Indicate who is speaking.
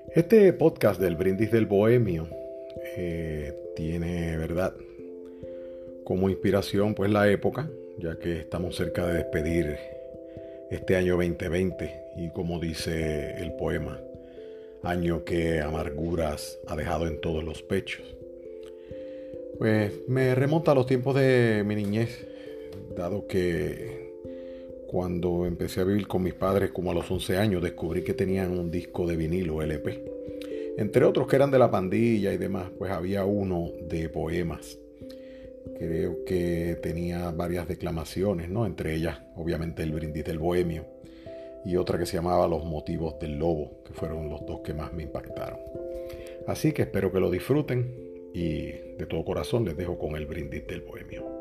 Speaker 1: Este podcast del Brindis del Bohemio tiene, ¿verdad?, como inspiración pues la época, ya que estamos cerca de despedir este año 2020 y como dice el poema, año que amarguras ha dejado en todos los pechos. Pues me remonta a los tiempos de mi niñez, dado que cuando empecé a vivir con mis padres como a los 11 años descubrí que tenían un disco de vinilo LP. Entre otros que eran de La Pandilla y demás, pues había uno de poemas. Creo que tenía varias declamaciones, ¿no? Entre ellas, obviamente, El Brindis del Bohemio y otra que se llamaba Los Motivos del Lobo, que fueron los dos que más me impactaron. Así que espero que lo disfruten y de todo corazón les dejo con El Brindis del Bohemio.